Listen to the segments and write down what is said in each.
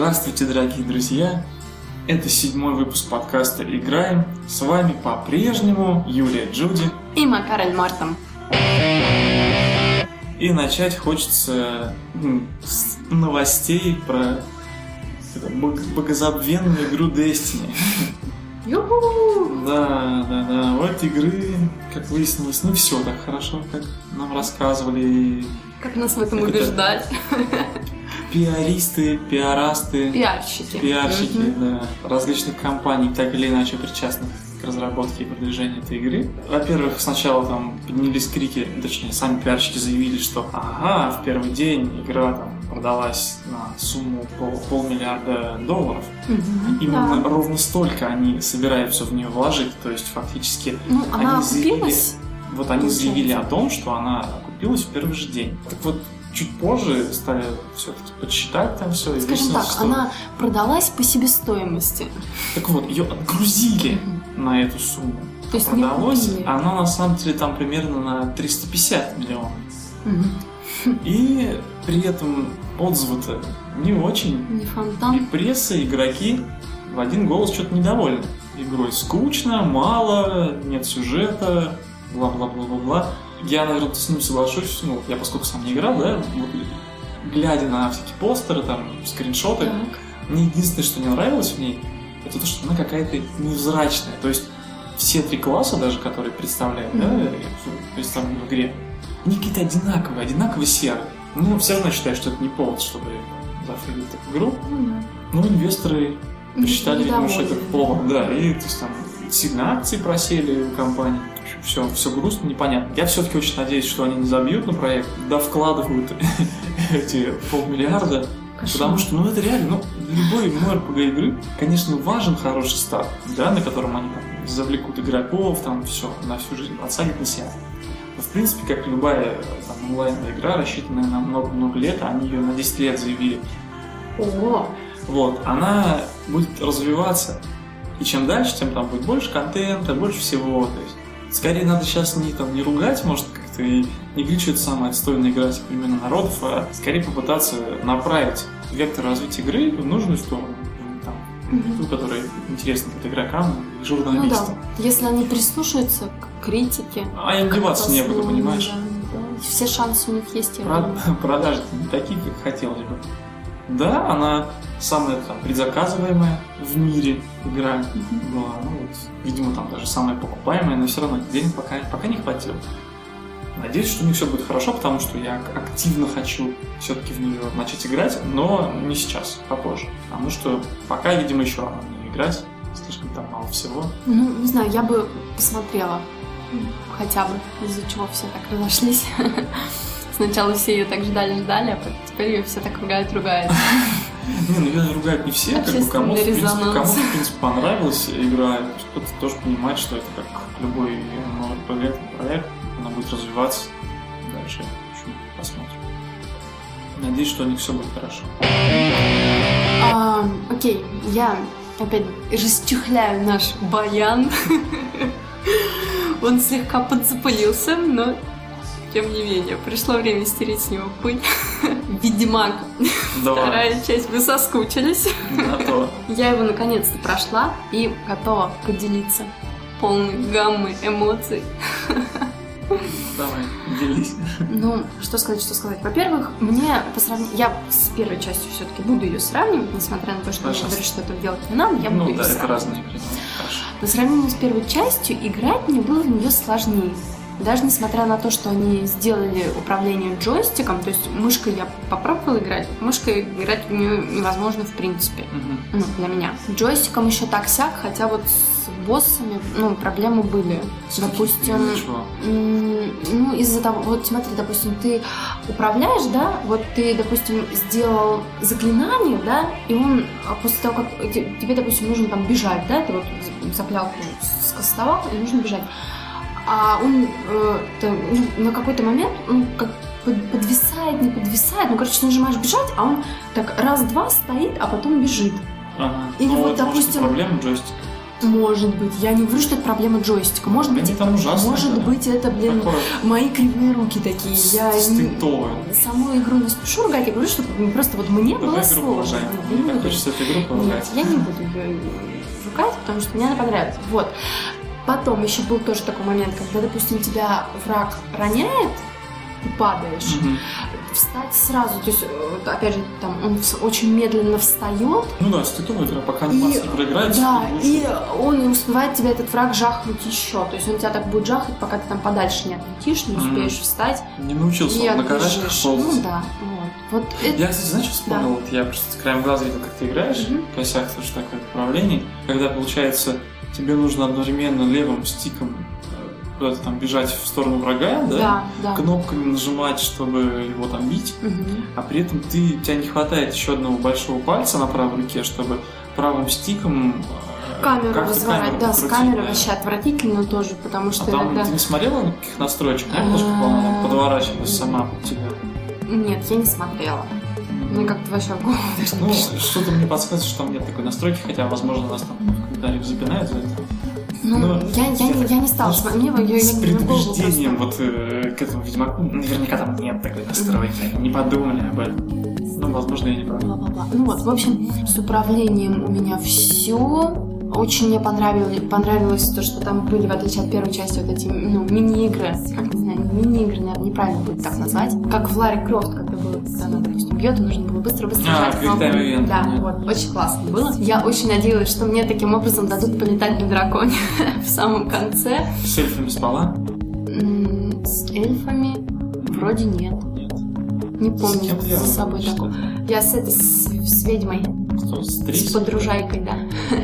Здравствуйте, дорогие друзья! Это 7-й выпуск подкаста «Играем». С вами по-прежнему Юлия Джуди и Макар Эльмартом. И начать хочется с новостей про богозабвенную игру Destiny. Ю-ху! Да. У этой игры, как выяснилось, не все так хорошо, как нам рассказывали. Как нас в этом убеждали. Пиаристы, пиарщики, да, различных компаний, так или иначе причастных к разработке и продвижению этой игры. Во-первых, сначала там поднялись крики, точнее, сами пиарщики заявили, что в первый день игра там продалась на сумму $500 миллиарда. Именно ровно столько они собираются в нее вложить, то есть фактически она окупилась? Они заявили о том, что она окупилась в первый же день. Так вот, чуть позже стали все-таки подсчитать там все. Скажем так, что она продалась по себестоимости. Так вот, ее отгрузили на эту сумму. То есть продалось она на самом деле там примерно на 350 миллионов. И при этом отзывы-то не очень. Не фонтан. И пресса, и игроки в один голос что-то недовольны. Игрой скучно, мало, нет сюжета, бла-бла-бла-бла-бла. Я, наверное, с ним соглашусь, я поскольку сам не играл, да, глядя на всякие постеры, там, скриншоты, мне единственное, что не нравилось в ней, это то, что она какая-то невзрачная. То есть все 3 класса, даже которые представляют, представлены в игре, они какие-то одинаково серые. Все равно считаю, что это не повод, чтобы зафрилить такую игру. Но инвесторы посчитали, видимо, что это повод, да, и то есть там сильно акции просели у компании. Все грустно, непонятно. Я все-таки очень надеюсь, что они не забьют на проект, вкладывают эти $500 миллиарда. Потому что, это реально, любой RPG игры, конечно, важен хороший старт, да, на котором они там завлекут игроков, там все, на всю жизнь отсадят на себя. Но, в принципе, как любая там, онлайновая игра, рассчитанная на много-много лет, они ее на 10 лет заявили. Ого! Она будет развиваться. И чем дальше, тем там будет больше контента, больше всего. То есть, скорее надо сейчас не ругать, может, как-то и не говорить, что это самая отстойная игра современных народов, а скорее попытаться направить вектор развития игры в нужную сторону. Ту, которая интересна как игрокам и журналистам. Если они прислушаются к критике. А им деваться некуда, понимаешь? Да. Все шансы у них есть. Продажи не такие, как хотелось бы. Да, она самая предзаказываемая в мире игра была. Видимо, там даже самая покупаемая, но все равно денег пока не хватило. Надеюсь, что у них все будет хорошо, потому что я активно хочу все-таки в нее начать играть, но не сейчас, попозже. Потому что пока, видимо, еще рано в нее играть, слишком там мало всего. Не знаю, я бы посмотрела хотя бы, из-за чего все так разошлись. Сначала все ее так ждали, а теперь ее все так ругают. Ее ругают не все, кому, в принципе, понравилась игра. Кто-то тоже понимает, что это как любой новый проект, она будет развиваться. Дальше посмотрим. Надеюсь, что у них все будет хорошо. Окей, я опять расчехляю наш баян. Он слегка подзапылился, но тем не менее, пришло время стереть с него пыль. Ведьмак. Вторая часть. Вы соскучились. Готово. Я его наконец-то прошла и готова поделиться полной гаммой эмоций. Давай, делись. Что сказать. Во-первых, я с первой частью все-таки буду ее сравнивать, несмотря на то, что мне говорят, что это делать не надо, я буду ее сравнивать. Это разные игры. По сравнению с первой частью, играть мне было в нее сложнее. Даже несмотря на то, что они сделали управление джойстиком, то есть мышкой я попробовала играть, мышкой играть в нее невозможно в принципе, для меня. Джойстиком еще так-сяк, хотя с боссами, проблемы были. Допустим, из-за того, смотри, допустим, ты управляешь, да, ты, допустим, сделал заклинание, да, и он после того, как тебе, допустим, нужно там бежать, да, ты заплялку скастовал, и нужно бежать. А он на какой-то момент как подвисает, не подвисает. Ты нажимаешь бежать, а он так раз-два стоит, а потом бежит. Или допустим... проблема джойстика. Может быть. Я не говорю, что это проблема джойстика. Может быть, там ужасные, может быть, это, мои кривые руки такие. Я саму игру не спешу ругать. Я говорю, что просто вот мне было сложно. Мне так хочется эту игру поругать. Я не буду ее ругать, потому что мне она понравилась. Вот. Потом еще был тоже такой момент, когда, допустим, тебя враг роняет, ты падаешь, встать сразу, то есть, опять же, там он очень медленно встает. Ну да, стыдно, пока анимация не проиграет. Да, и он не успевает тебя, этот враг, жахнуть еще. То есть он тебя так будет жахать, пока ты там подальше не отлетишь, не успеешь встать. Не научился он на карачках ползать. Ну да, вот это... Я, кстати, знаешь, что вспомнил? Вот я просто краем глаза видел, как ты играешь, косяк тоже такое управление, когда, получается, тебе нужно одновременно левым стиком куда-то там бежать в сторону врага, да? Да. Кнопками нажимать, чтобы его там бить, а при этом тебя не хватает еще одного большого пальца на правой руке, чтобы правым стиком камеру вызывать. Да, с камерой вообще отвратительно тоже, потому что там иногда... Ты не смотрела никаких настроечек? Немножко, по-моему, подворачивалась сама под тебя. Нет, я не смотрела. Мне как-то вообще в голову даже не пришло. Что-то мне подсказывает, что там нет такой настройки, хотя, возможно, нас там в комментариях запинают за это. Я не стала смотреть. С предубеждением вот к этому Ведьмаку, наверняка там нет такой настройки, не подумали об этом. Ну, возможно, я не прав. Ну вот, в общем, с управлением у меня все. Очень мне понравилось то, что там были, в отличие от первой части, вот эти, мини-игры. Как, не знаю, мини-игры, наверное, неправильно будет так назвать. Как в Ларри Крофт, когда было, когда она, допустим, бьет, и нужно было быстро-быстро жать кнопку. Да, вот, очень классно было. Я очень надеялась, что мне таким образом дадут полетать на драконе в самом конце. С эльфами спала? С эльфами вроде нет. Не помню за собой такого. Я с ведьмой. С подружайкой, да.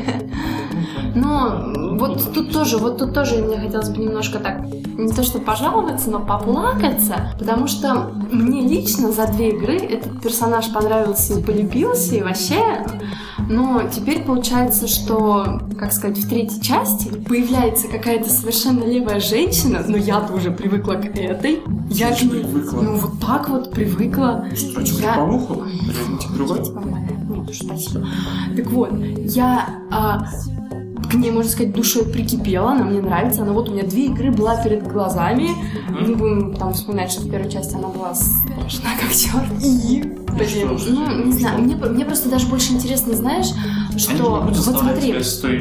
Но вот тут тоже мне хотелось бы немножко так, не то что пожаловаться, но поплакаться, потому что мне лично за 2 игры этот персонаж понравился и полюбился, и вообще, но теперь получается, что, как сказать, в 3-й части появляется какая-то совершенно левая женщина, но я-то уже привыкла к этой. Я к ней, вот так вот привыкла. Что, по уху? Другой? Нет, спасибо. Так вот, я к ней, можно сказать, душой прикипела, она мне нравится. Она вот у меня 2 игры была перед глазами. Не будем там вспоминать, что в первой части она была страшна как черт. Не знаю, мне просто даже больше интересно, знаешь, что... Вот смотри.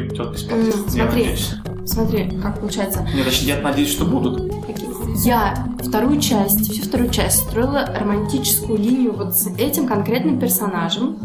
Смотри, как получается. Нет, я надеюсь, что будут. Я всю вторую часть строила романтическую линию вот с этим конкретным персонажем.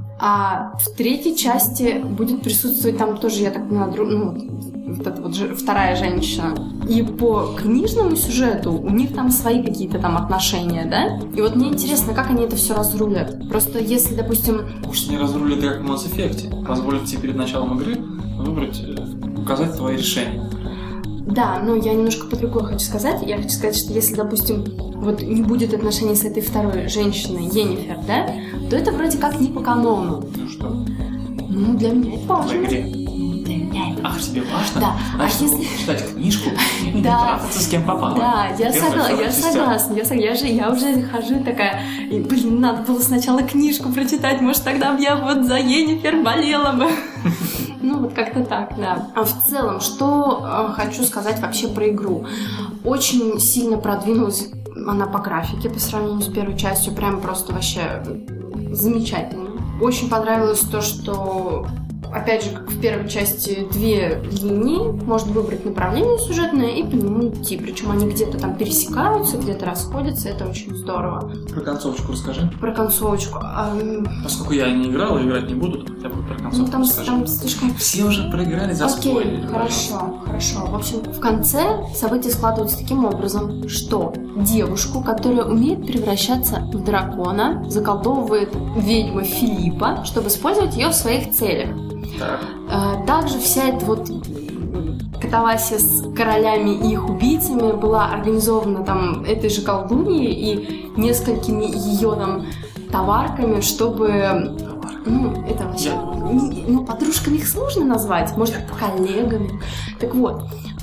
А в 3-й части будет присутствовать там тоже, я так поняла, вот эта вот вторая женщина. И по книжному сюжету у них там свои какие-то там отношения, да? И вот мне интересно, как они это все разрулят. Просто если, допустим... Может, они разрулят как в Mass Effect. Позволят тебе перед началом игры выбрать, указать твои решения. Да, но я немножко по-другому хочу сказать. Я хочу сказать, что если, допустим, вот не будет отношений с этой второй женщиной, Йеннифер, да, то это вроде как не по канону. Ну что? Ну, для меня это важно. В игре? Для меня это важно. Ах, тебе важно? Да. Значит, если читать книжку и трахаться с кем попало. Да, я согласна. Я уже хожу такая, и, блин, надо было сначала книжку прочитать, может, тогда бы я вот за Йеннифер болела бы. Ну, вот как-то так, да. А в целом, что хочу сказать вообще про игру. Очень сильно продвинулась она по графике по сравнению с первой частью. Прям просто вообще замечательно. Очень понравилось то, что, опять же, как в первой части, 2 линии. Можно выбрать направление сюжетное и по нему идти. Причем они где-то там пересекаются, где-то расходятся. Это очень здорово. Про концовочку расскажи. Про концовочку. Поскольку я не играл, играть не буду, то хотя бы про концовку расскажи. Там слишком... Все уже проиграли, заспойлили. Окей, хорошо. В общем, в конце события складываются таким образом, что девушку, которая умеет превращаться в дракона, заколдовывает ведьма Филиппа, чтобы использовать ее в своих целях. Так. Также вся эта вот катавасия с королями и их убийцами была организована там этой же колдуньей и несколькими ее там товарками, чтобы... это вообще... подружками их сложно назвать, может, коллегами. Так вот,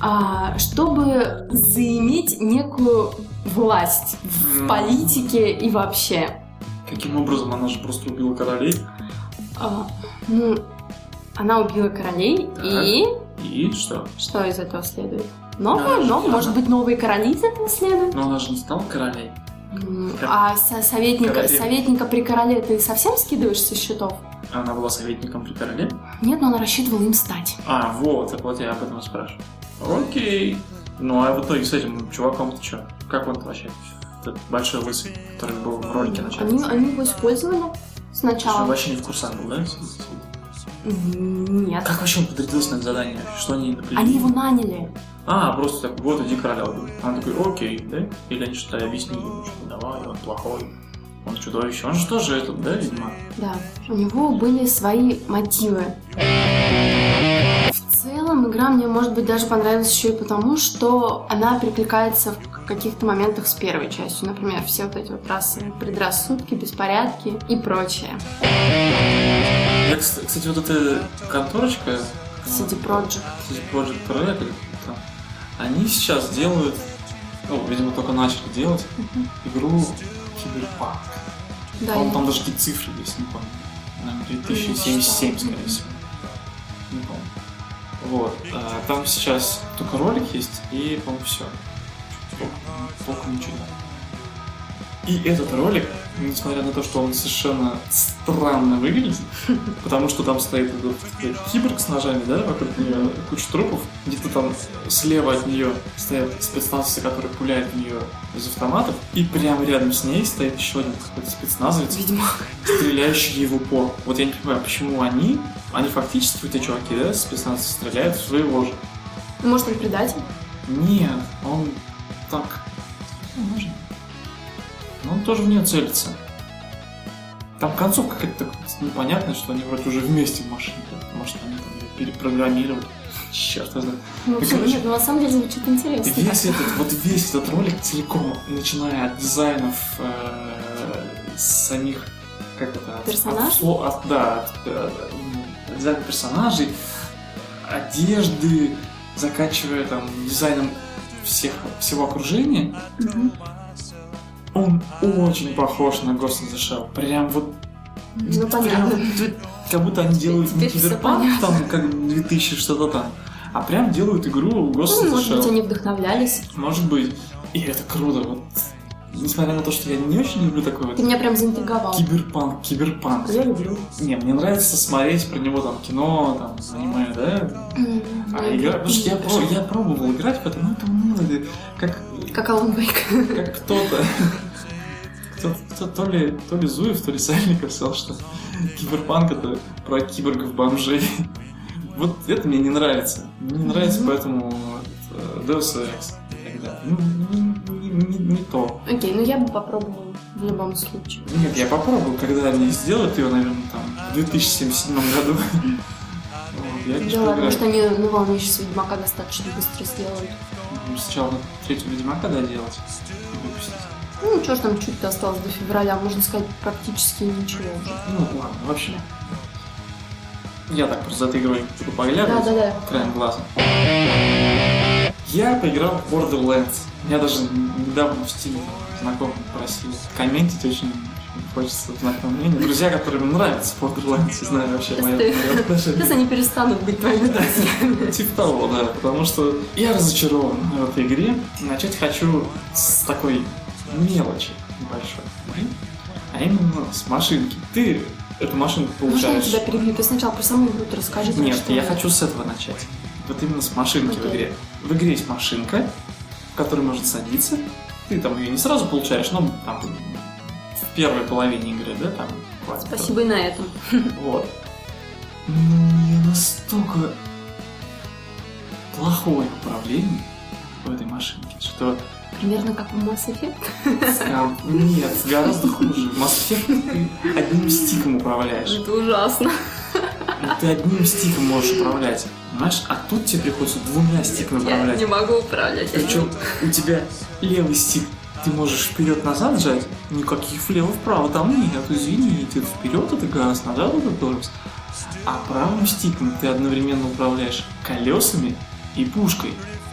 чтобы заиметь некую власть в политике и вообще. Каким образом? Она же просто убила королей. Она убила королей, Так. и И что? что из этого следует? Она же- Может быть, новые короли из этого следуют? Но она же не стала королей. А Королева. советника при короле ты совсем скидываешь со счетов? Она была советником при короле? Нет, но она рассчитывала им стать. Вот я об этом и спрашиваю. Окей. Ну, а в итоге с этим чуваком-то что? Как он вообще? Этот большой лысый, который был в ролике начальницы. Они его использовали Он сначала. вообще не в курсах был, да? Нет. Как вообще он подрядился на это задание? Что они напрягли? Они его наняли. Просто так, вот иди короля убей. Он такой, окей, да? Или они что-то объяснили ему, что давай, он плохой, он чудовище. Он же тоже этот, да, видимо? Да. У него были свои мотивы. В целом, игра мне, может быть, даже понравилась еще и потому, что она перекликается в каких-то моментах с первой частью. Например, все вот эти вот расы, предрассудки, беспорядки и прочее. Кстати, вот эта конторочка... CD Projekt. CD Projekt Red, или кто там, они сейчас делают, видимо, только начали делать игру Киберпанк. Да, По-моему, там даже какие цифры есть, не помню. Наверное, 2077, скорее всего. Не помню. Вот. Там сейчас только ролик есть, и, по-моему, все. Толком ничего. И этот ролик, несмотря на то, что он совершенно странно выглядит, потому что там стоит этот киборг с ножами, да, вокруг нее куча трупов, где-то там слева от нее стоят спецназовцы, которые пуляют в нее из автоматов, и прямо рядом с ней стоит еще один какой-то спецназовец, Ведьмак. стреляющий ей в упор. Вот я не понимаю, почему они фактически, эти чуваки, да, спецназовцы стреляют в своего же. Может, он предатель? Нет, он так... можно. Но он тоже в нее целится. Там концовка какая-то непонятная, что они вроде уже вместе в машине. Может, они там ее перепрограммировали. Черт знает. Ну, короче, нет, на самом деле звучит интересно. Весь этот ролик целиком, начиная от дизайнов самих... Как это? Персонажей? От дизайна персонажей, одежды, заканчивая там дизайном всего окружения. Мгм. Он очень похож на Ghost in the Shell. Прям вот... Ну, понятно. Как будто они делают не Теперь всё киберпанк, понятно. там, как 2000 что-то там, а прям делают игру Ghost in the Может быть, Shell. они вдохновлялись. Может быть. И это круто. Вот. Несмотря на то, что я не очень люблю такой вот Ты меня прям заинтриговал. киберпанк. Я люблю. Не, мне нравится смотреть про него там кино, там, аниме, да? Потому что я пробовал играть в это, но это уныло. Это Как Alan Wake. как кто-то, то ли Зуев, то ли Сальников сказал, что киберпанк это про киборгов-бомжей. Вот это мне не нравится. Мне не нравится, поэтому Deus Ex и так далее. Не то. Окей, ну я бы попробовала в любом случае. Нет, я попробую, когда они сделают ее, наверное, там, в 2077 году. Вот, я, Да конечно, ладно, поиграю. может они волны сейчас Ведьмака достаточно быстро сделают. Сначала третью Ведьмака доделать и выпустить. Ну, что ж там чуть-то осталось до февраля, можно сказать, практически ничего уже. Ну, ладно, вообще. Я так просто за этой игрой буду поглядывать Да. краем глаза. Я поиграл в Borderlands. Я даже недавно в Steam знакомых просил комментить, очень хочется знакомых мнений. Друзья, которым нравится Borderlands, я знаю вообще мое отношение. Сейчас они перестанут быть твоими друзьями. Типа того, да, потому что я разочарован в этой игре. Начать хочу с такой мелочи небольшой, а именно с машинки. Ты эту машинку Можно я получаешь... тебя перебью? Ты сначала про саму игру расскажи. про Нет, что я она. хочу с этого начать. Вот именно с машинки в Окей. игре. В игре есть машинка, в которой может садиться. Ты там ее не сразу получаешь, но там в первой половине игры, да, там буквально. Спасибо и на этом. Вот. Ну, у нее настолько плохое управление в этой машинке, что... Примерно как в Mass Effect. Нет, гораздо хуже. В Mass Effect ты одним стиком управляешь. Это ужасно. Ты одним стиком можешь управлять. Понимаешь? А тут тебе приходится двумя стиками Я управлять. не могу управлять. Причем у тебя левый стик ты можешь вперед-назад жать, никаких влево-вправо там нет, извините, вперед это газ, назад это тормоз. А правым стиком ты одновременно управляешь колесами и пушкой.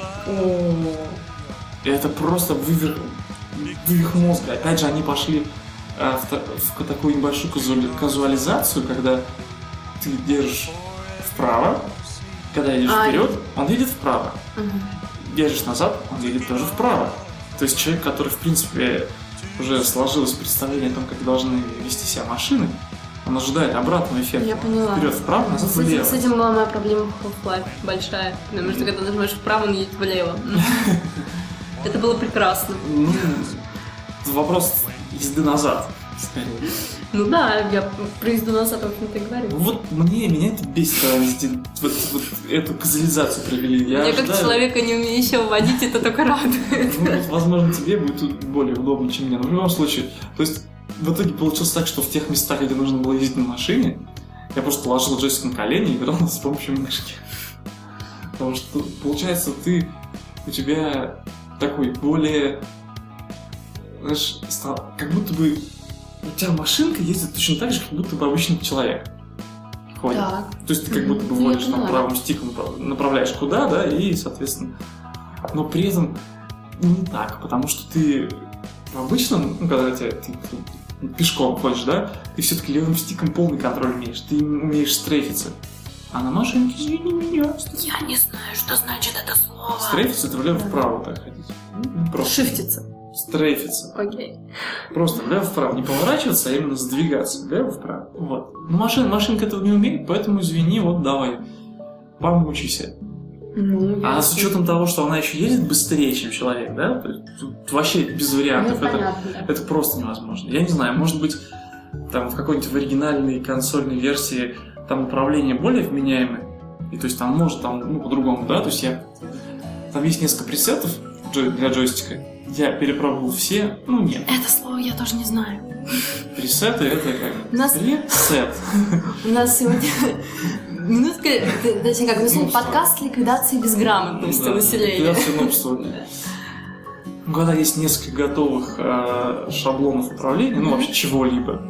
Это просто вывих мозга. Опять же, они пошли в такую небольшую казуализацию, когда ты держишь вправо. Когда едешь вперед, он едет вправо. Едешь назад, он едет тоже вправо. То есть человек, который, в принципе, уже сложилось представление о том, как должны вести себя машины, он ожидает обратного эффекта. Я поняла. Вперед, вправо, назад, влево. С этим была моя проблема в Half-Life большая. Потому что когда нажимаешь вправо, он едет влево. Это было прекрасно. Вопрос езды назад, скорее. Ну да, я про езду назад, в общем-то, и говорю. Вот меня это бесит, вот эту казализацию провели. Я как человека, не умеющего водить, это только радует. Ну, вот, возможно, тебе будет тут более удобно, чем мне. Но в любом случае, то есть в итоге получилось так, что в тех местах, где нужно было ездить на машине, я просто положил джойстик на колени и играл с помощью мышки. Потому что, получается, у тебя такой более, знаешь, как будто бы у тебя машинка ездит точно так же, как будто бы обычный человек ходит. Так. То есть ты как будто бы водишь там правым стиком, направляешь куда, да, и, соответственно... Но при этом не так, потому что ты в обычном, когда ты пешком ходишь, да, ты все-таки левым стиком полный контроль имеешь, ты умеешь стрейфиться. А на машинке, извини меня... Я не знаю, что значит это слово. Стрейфиться — это влево-вправо так ходить. Просто. Шифтиться. Стрейфиться. Окей. Просто влево-вправо. Не поворачиваться, а именно сдвигаться. Влево-вправо. Вот. Но машинка этого не умеет, поэтому извини, вот давай. Помучайся. А с учетом того, что она еще ездит быстрее, чем человек, да? То есть, тут вообще без вариантов. Это просто невозможно. Я не знаю, может быть, там в какой-нибудь оригинальной консольной версии там управление более вменяемое. И то есть там может по-другому, да? То есть там есть несколько пресетов для джойстика. Я перепробовал все, нет. Это слово я тоже не знаю. Пресеты — это как? Пресет. У нас сегодня... Минутка, точнее как, у нас сегодня подкаст ликвидации безграмотности населения. Ликвидация нобства. Когда есть несколько готовых шаблонов управления, вообще чего-либо,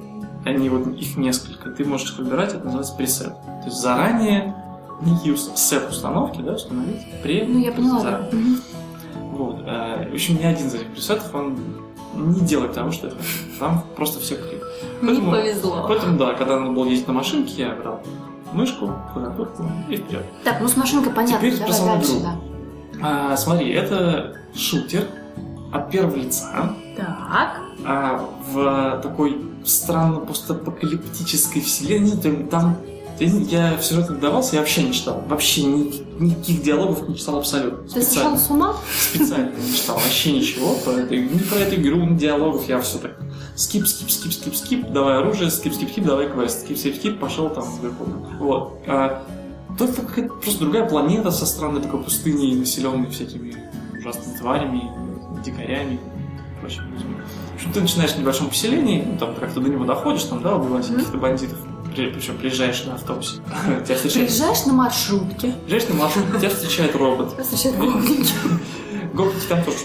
их несколько, ты можешь выбирать, это называется пресет. То есть заранее некий сет установки, да, установить. Я поняла, да. Вот. В общем, ни один из этих пресетов, он не делает того, что я хочу. Там просто все клик. Мне повезло. Поэтому, да, когда надо было ездить на машинке, я брал мышку, клавиатурку и вперед. Так, с машинкой понятно. Теперь про саму игру. Да. Смотри, это шутер от первого лица. Так. В такой странно постапокалиптической вселенной. Там я в сюжет не вдавался, я вообще не читал. Вообще никаких диалогов не читал абсолютно. Ты сошел с ума? Специально не читал вообще ничего ни про эту игру, ни диалогов. Я все так скип, давай оружие, скип, давай квест, скип, пошел там в выполнил. Вот. Это какая-то просто другая планета со странной такой пустыней, населенной всякими ужасными тварями, дикарями и прочими людьми. В общем, ты начинаешь в небольшом поселении, там как-то до него доходишь, убиваешь каких-то бандитов. Причем приезжаешь на автобусе. Приезжаешь на маршрутке. Тебя встречает робот. Тебя встречают гопники. Гопники там тоже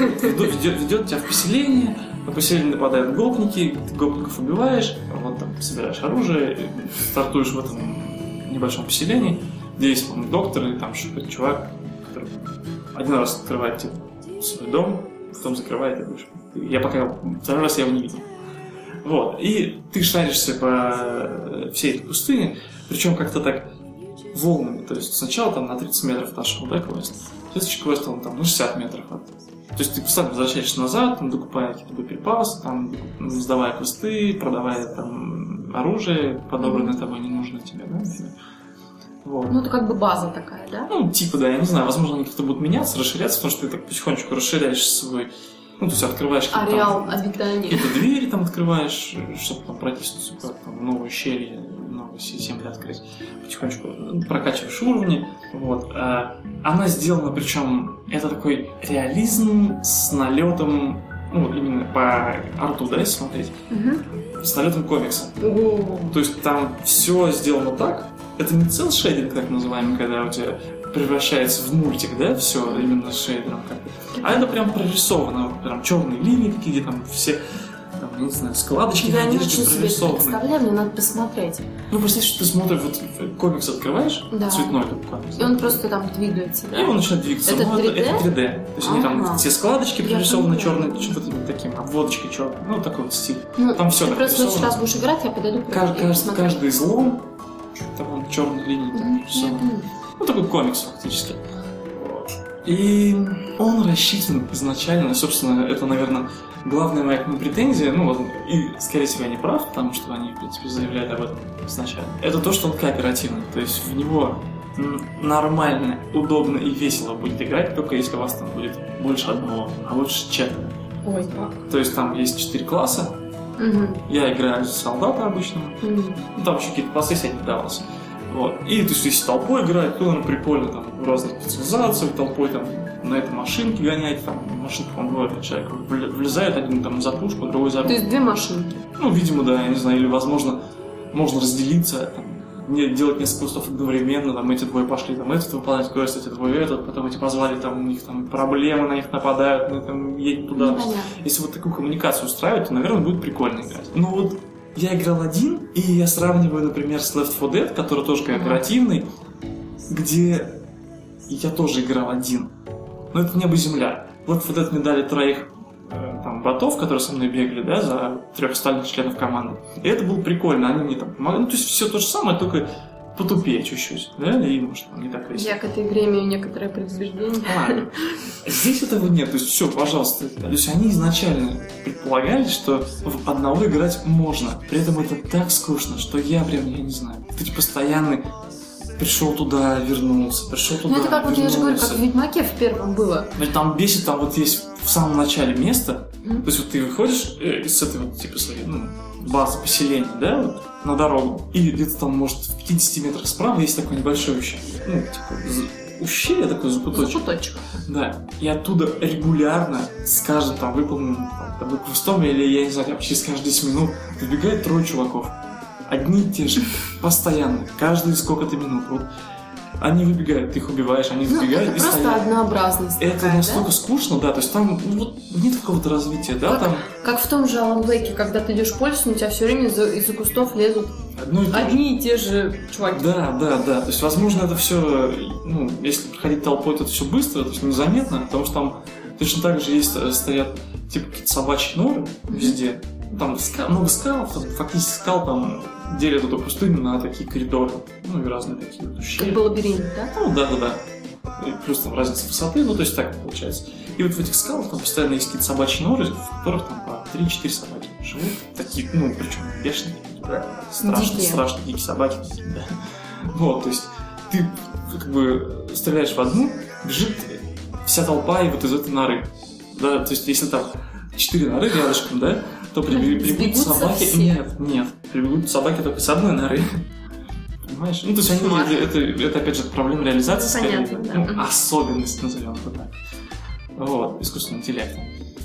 ведет тебя в поселение. На поселение нападают гопники, ты гопников убиваешь, вот там собираешь оружие, стартуешь в этом небольшом поселении, где есть, по-моему, доктор или там какой-то чувак, который один раз открывает тебе свой дом, потом закрывает и будешь. Второй раз я его не видел. Вот, и ты шаришься по всей этой пустыне, причем как-то так волнами, то есть сначала там на 30 метров отошел, да, квест, следующий квест он там на 60 метров то есть ты постоянно возвращаешься назад, там, докупая какие-то боеприпасы, там, сдавая квесты, продавая там оружие, подобранное тобой не нужно тебе, да, вот. Это как бы база такая, да? Да, я не знаю, возможно, они как-то будут меняться, расширяться, потому что ты так потихонечку расширяешь свой... то есть открываешь ареал обитания. Какие-то двери там открываешь, чтобы там протиснуться в новую щель, новые земли открыть. Потихонечку прокачиваешь уровни. Вот. Она сделана, причем это такой реализм с налетом, именно по арту, да, если смотреть, с налетом комикса. То есть там все сделано так. Это не цел-шейдинг, так называемый, когда у тебя превращается в мультик, да, все именно с шейдером как-то. А это прям прорисовано, прям черные линии такие, где там все, не знаю, складочки на одежде прорисованы. Представляю, мне надо посмотреть. Представь, что ты смотришь, комикс открываешь, цветной такой комикс. И он просто там двигается, да? И он начинает двигаться. Это 3D? Это 3D. То есть они там все складочки прорисованы черные, что-то таким, обводочки черные, такой вот стиль. Там все так прорисовано. Просто в следующий раз будешь играть, я подойду Каждый излом, там черной линии. Ну, такой комикс фактически. И он рассчитан изначально, собственно, это, наверное, главная моя к нему претензия, ну, вот, и, скорее всего, я не прав, потому что они, в принципе, заявляют об этом изначально. Это то, что он кооперативный, то есть в него нормально, удобно и весело будет играть, только если у вас там будет больше одного, а лучше 4. Ой, как. То есть там есть 4 класса, я играю за солдата обычного, там еще какие-то классы всякие давался. Вот. И то есть, если толпой играть, то прикольно там в разных специализациях, толпой там на этой машинке гонять, там машинка, по-моему, человек влезает, один там за пушку, другой за руку. То есть 2 машинки? Ну, видимо, да, я не знаю, или, возможно, можно разделиться, там, делать несколько кустов одновременно, там, эти двое пошли, там, этот выполнять квест, эти двое этот, потом эти позвали, там, у них там проблемы, на них нападают, они там едут туда. Непонятно. Если вот такую коммуникацию устраивать, то, наверное, будет прикольно играть. Но вот я играл один, и я сравниваю, например, с Left 4 Dead, который тоже кооперативный, где я тоже играл один. Но это небо и земля. В Left 4 Dead мне дали 3 там, ботов, которые со мной бегали, да, за 3 остальных членов команды. И это было прикольно, они мне там помогли. Ну, то есть все то же самое, только потупее чуть-чуть, да, и может не так весело. Я к этой игре имею некоторое предубеждение. Здесь этого нет, то есть все, пожалуйста. То есть они изначально предполагали, что в одного играть можно. При этом это так скучно, что я не знаю. Ты постоянный пришел туда, вернулся, пришел туда, ну это как вот я же говорю, как в Ведьмаке в первом было. Но там бесит, там вот есть в самом начале место, то есть вот ты выходишь с этой вот типа своей, базы поселения, да, вот, на дорогу, и где-то там, может, в 50 метрах справа есть такое небольшое ущелье, ущелье, такой закуточек. Да, и оттуда регулярно с каждым там выполненным квестом, или, я не знаю, там, через каждые 10 минут выбегает 3 чуваков. Одни и те же, постоянно, каждые сколько-то минут. Вот. Они выбегают, ты их убиваешь, они выбегают это и просто стоят. однообразность. Это такая, настолько да? скучно, да, то есть там вот, нет какого-то развития, да, там... Как в том же Alan Wake, когда ты идешь по лесу, у тебя все время из-за кустов лезут одни и те же чуваки. Да, то есть, возможно, это все, если проходить толпой, то это все быстро, то есть незаметно, потому что там точно так же стоят, типа, какие-то собачьи норы везде. Там много скал, фактически скал там делят эту пустыню на такие коридоры, и разные такие вот ущелья. Как бы лабиринт, да? Ну, да. И плюс там разница высоты, то есть так получается. И вот в этих скалах там постоянно есть какие-то собачьи норы, в которых там по 3-4 собаки живут. Такие, причем бешеные, страшные дикие собаки. Да. Вот, то есть ты как бы стреляешь в одну, бежит вся толпа и вот из этой норы. Да, то есть если там 4 норы рядышком, да, то прибегут собаки... Все. Нет, прибегут собаки только с одной норы. Понимаешь? То есть это опять же проблема реализации, скорее. Понятно, да. Особенность, назовем это так. Вот, искусственный интеллект.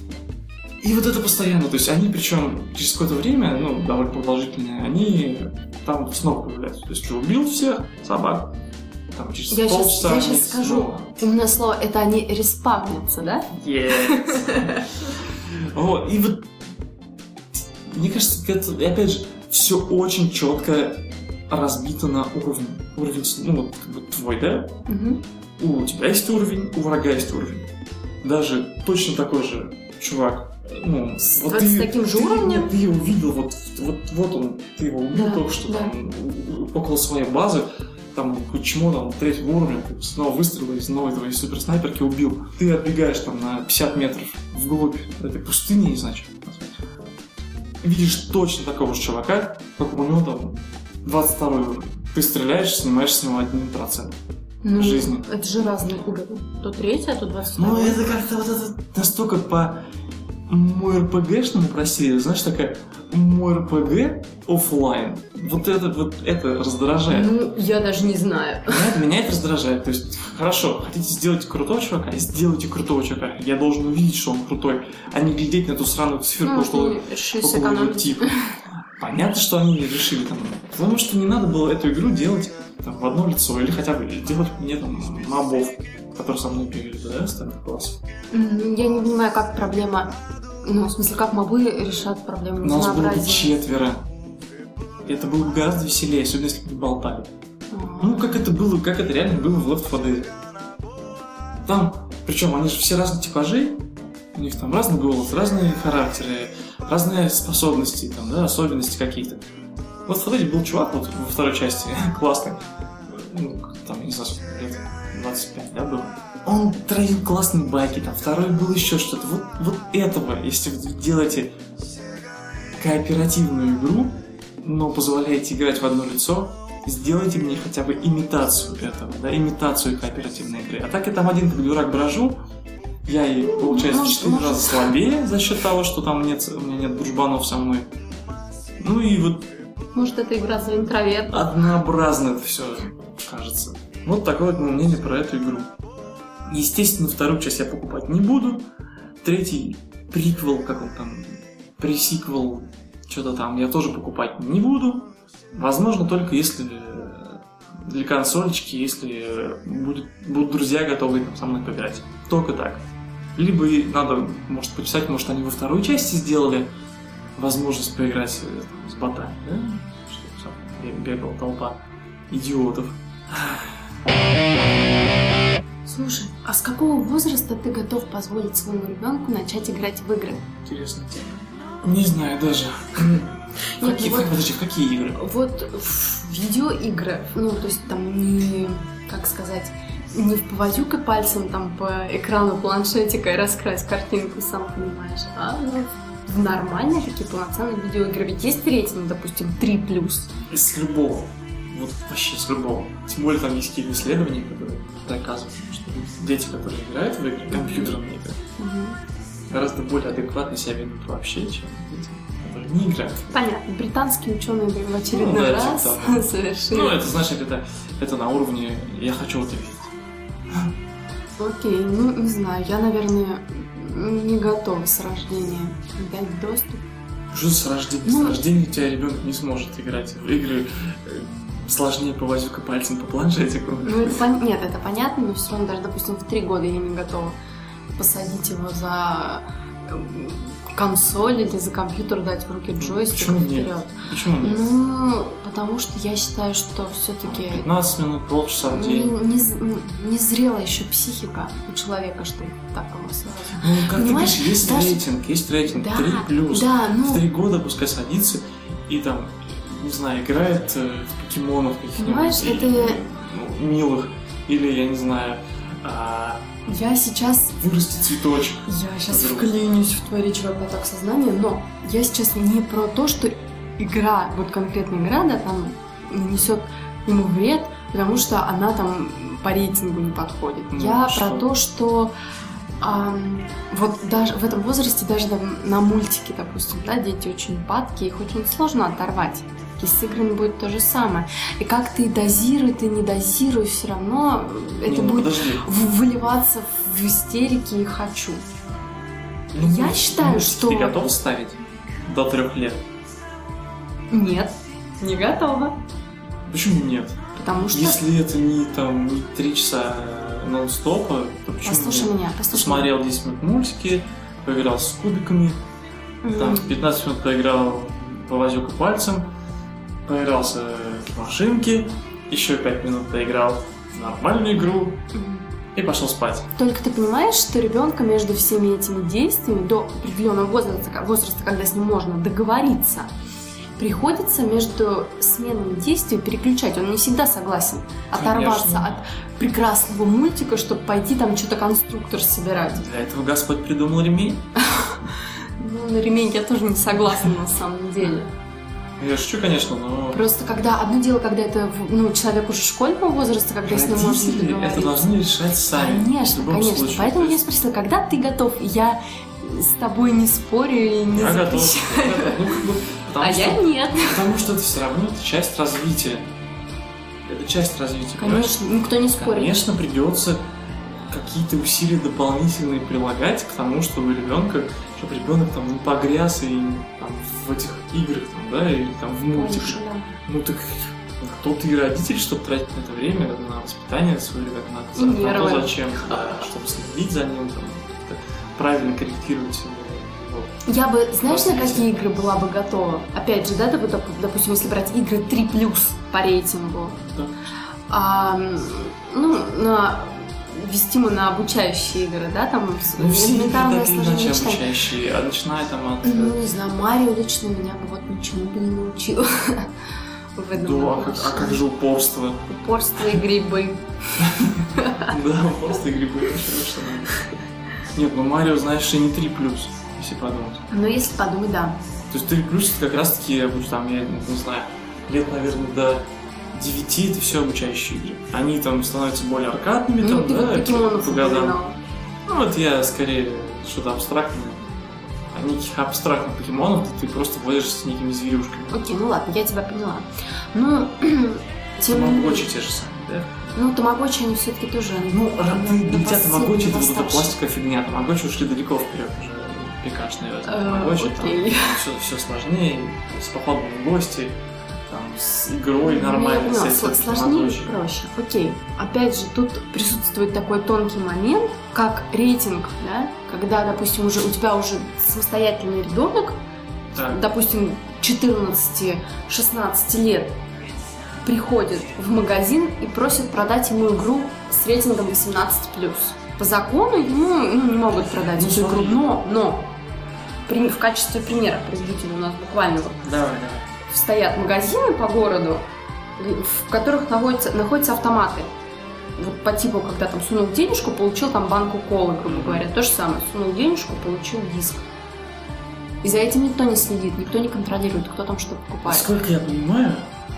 И вот это постоянно, то есть они, причем через какое-то время, довольно продолжительное, они там снова появляются. То есть что, убил всех собак, там через полчаса... Я сейчас скажу умное слово, это они респавнятся, да? Yes. Вот, и вот мне кажется, это, опять же, все очень четко разбито на уровень. Уровень, как бы твой, да? У тебя есть уровень, у врага есть уровень. Даже точно такой же чувак. С таким же уровнем? Ты его видел, вот он, ты его убил только что там около своей базы. Там почему там 3-го уровня, снова выстрелил из новой твоей суперснайперки, убил. Ты отбегаешь там на 50 метров вглубь этой пустыни, не знаю, что это назвать. Видишь точно такого же чувака, только у него там 22 уровень. Ты стреляешь, снимаешь с него 1% жизни. Это же разные уровни. То 3, а то 22. Это как-то вот это настолько по мой РПГшному просили, знаешь, такая мой РПГ офлайн. Вот это раздражает. Я даже не знаю. Меня это раздражает. То есть, хорошо, хотите сделать крутого чувака, сделайте крутого чувака. Я должен увидеть, что он крутой, а не глядеть на ту сраную циферку, что около его типа. Понятно, что они решили там. Потому что не надо было эту игру делать там, в одно лицо, или хотя бы делать мне там мобов, которые со мной бегали, да, остальных классов. Я не понимаю, как проблема. В смысле, как мобы решат проблему разнообразия. Нас было бы 4. Это было бы гораздо веселее, особенно если бы болтали. Как это реально было в Left 4 Dead. Там, причем они же все разных типажей, у них там разный голос, разные характеры, разные способности, там, да, особенности какие-то. Вот смотрите, был чувак вот во второй части, классный, ну, там, я не знаю, сколько лет, 25, да, было? Он травил классные байки, там, второй был еще что-то. Вот этого, если вы делаете кооперативную игру, но позволяете играть в одно лицо, сделайте мне хотя бы имитацию этого, да, имитацию кооперативной игры. А так я там один как дурак брожу, я и, получается, в 4 раза слабее за счет того, что там у меня нет дружбанов со мной. Ну и вот... Может, это игра за интроверта? Однообразно это все кажется. Вот такое вот мое мнение про эту игру. Естественно, вторую часть я покупать не буду. Третий приквел, как он там, пресиквел, что-то там, я тоже покупать не буду. Возможно, только если для консольчики, если будут друзья готовы там со мной поиграть. Только так. Либо надо, может, почитать, может, они во второй части сделали возможность поиграть с ботами, да? Чтобы бегала толпа идиотов. Слушай, а с какого возраста ты готов позволить своему ребенку начать играть в игры? Интересная тема. Не знаю даже. Подожди, в какие игры? Вот в видеоигры, ну, то есть там не, как сказать, не повозюкай пальцем там по экрану планшетика и раскрась картинку, сам понимаешь, а в нормальные такие полноценные видеоигры. Ведь есть рейтинг, допустим, 3+. С любого. Вот вообще с любого. Тем более там есть какие-то исследования, которые доказывают, что дети, которые играют в игры, компьютерные игры, гораздо более адекватно себя ведут вообще, чем дети, которые не играют. Понятно. Британские ученые в очередной раз совершили. Ну, это значит, это на уровне «я хочу это видеть». Окей, ну, не знаю, я, наверное, не готова с рождения дать доступ. Что с рождения? С рождения у тебя ребенок не сможет играть в игры сложнее повозюка пальцем по планшетику. Ну, нет, это понятно, но все равно даже, допустим, в 3 года я не готова посадить его за консоль или за компьютер, дать в руки джойстик вперед. Почему нет? Ну, потому что я считаю, что все-таки 15 минут, полчаса в день. Не зрела еще психика у человека, чтобы так его сразу. Ну, как понимаешь, ты говоришь, есть рейтинг, да, 3+. Да, ну... В 3 года пускай садится и там, не знаю, играет в покемонов каких-нибудь. Понимаешь, это... милых. Или, я не знаю... Я сейчас... Вырасти цветочек. Я сейчас вклинюсь в твой речевой поток сознания, но я сейчас не про то, что игра, вот конкретная игра, да, там нанесет ему вред, потому что она там по рейтингу не подходит. Я про то, что вот даже в этом возрасте, даже на мультике, допустим, да, дети очень падкие, их очень сложно оторвать. И с играми будет то же самое. И как ты дозируй, ты не дозируй, все равно это будет выливаться в истерики и хочу. Я считаю, что... Ты готов ставить до 3 лет? Нет, не готова. Почему нет? Потому что... Если это не 3 часа нон-стопа, то почему послушай нет? меня. Посмотрел 10 минут мультики, поиграл с кубиками, там 15 минут поиграл повозюку пальцем, поигрался в машинке, еще 5 минут поиграл в нормальную игру и пошел спать. Только ты понимаешь, что ребенка между всеми этими действиями до определенного возраста, когда с ним можно договориться, приходится между сменами действий переключать. Он не всегда согласен оторваться от прекрасного мультика, чтобы пойти там что-то конструктор собирать. Для этого Господь придумал ремень. Ну, на ремень я тоже не согласна на самом деле. Я шучу, конечно, но... Просто когда... Одно дело, когда это человек уже школьного возраста, когда с ним можно договориться. Это должны решать сами. Конечно, конечно. Случае. Поэтому я спросила, когда ты готов? Я с тобой не спорю и не запрещаю. Я нет. Потому что это все равно часть развития. Это часть развития. Конечно, никто не спорит. Конечно, придется какие-то усилия дополнительные прилагать к тому, чтобы ребенок там не погряз и там, в этих играх, там, да, или там в мультиках. Да. Ну так кто ты и родитель, чтобы тратить на это время, на воспитание своего ребенка, на то, зачем, да, чтобы следить за ним, там, правильно корректировать его. Я бы, знаешь, на какие игры была бы готова? Опять же, да, допустим, если брать игры 3+ по рейтингу. Да. Вести мы на обучающие игры, да, там элементарное сложение читания. Обучающие, начиная там от... Ну, не знаю, Марио лично меня бы вот ничему бы не научил. в этом вопросе. А как же упорство? Упорство и грибы. Да, упорство и грибы. Нет, ну Марио, знаешь, и не 3+, если подумать. Ну, если подумать, да. То есть 3+, это как раз-таки, там, я не знаю, лет, наверное, до 9 это все обучающие игры. Они там становятся более аркадными, там, ты да, вот покемонов по годам. упоминал. Ну, вот я скорее что-то абстрактное. А никаких абстрактных покемонов ты просто водишься с некими зверюшками. Окей, ну ладно, я тебя поняла. Ну, Тамагочи те же самые, да? Ну, тамагочи, они все-таки тоже... Ну, для тебя тамагочи это вот эта пластиковая фигня. Тамагочи ушли далеко вперед уже. Пикашные тамагочи, там все сложнее, с походом в гости, там, с игрой нормально. Сложнее и проще. Окей. Опять же, тут присутствует такой тонкий момент, как рейтинг, да? Когда, допустим, у тебя уже самостоятельный ребенок, допустим, 14-16 лет, приходит в магазин и просит продать ему игру с рейтингом 18+. По закону ему не могут продать эту игру, но в качестве примера приведите у нас буквально вот. Давай. Стоят магазины по городу, в которых находятся автоматы. Вот по типу, когда там сунул денежку, получил там банку колы, грубо говоря. То же самое. Сунул денежку, получил диск. И за этим никто не следит, никто не контролирует, кто там что покупает. Насколько я понимаю,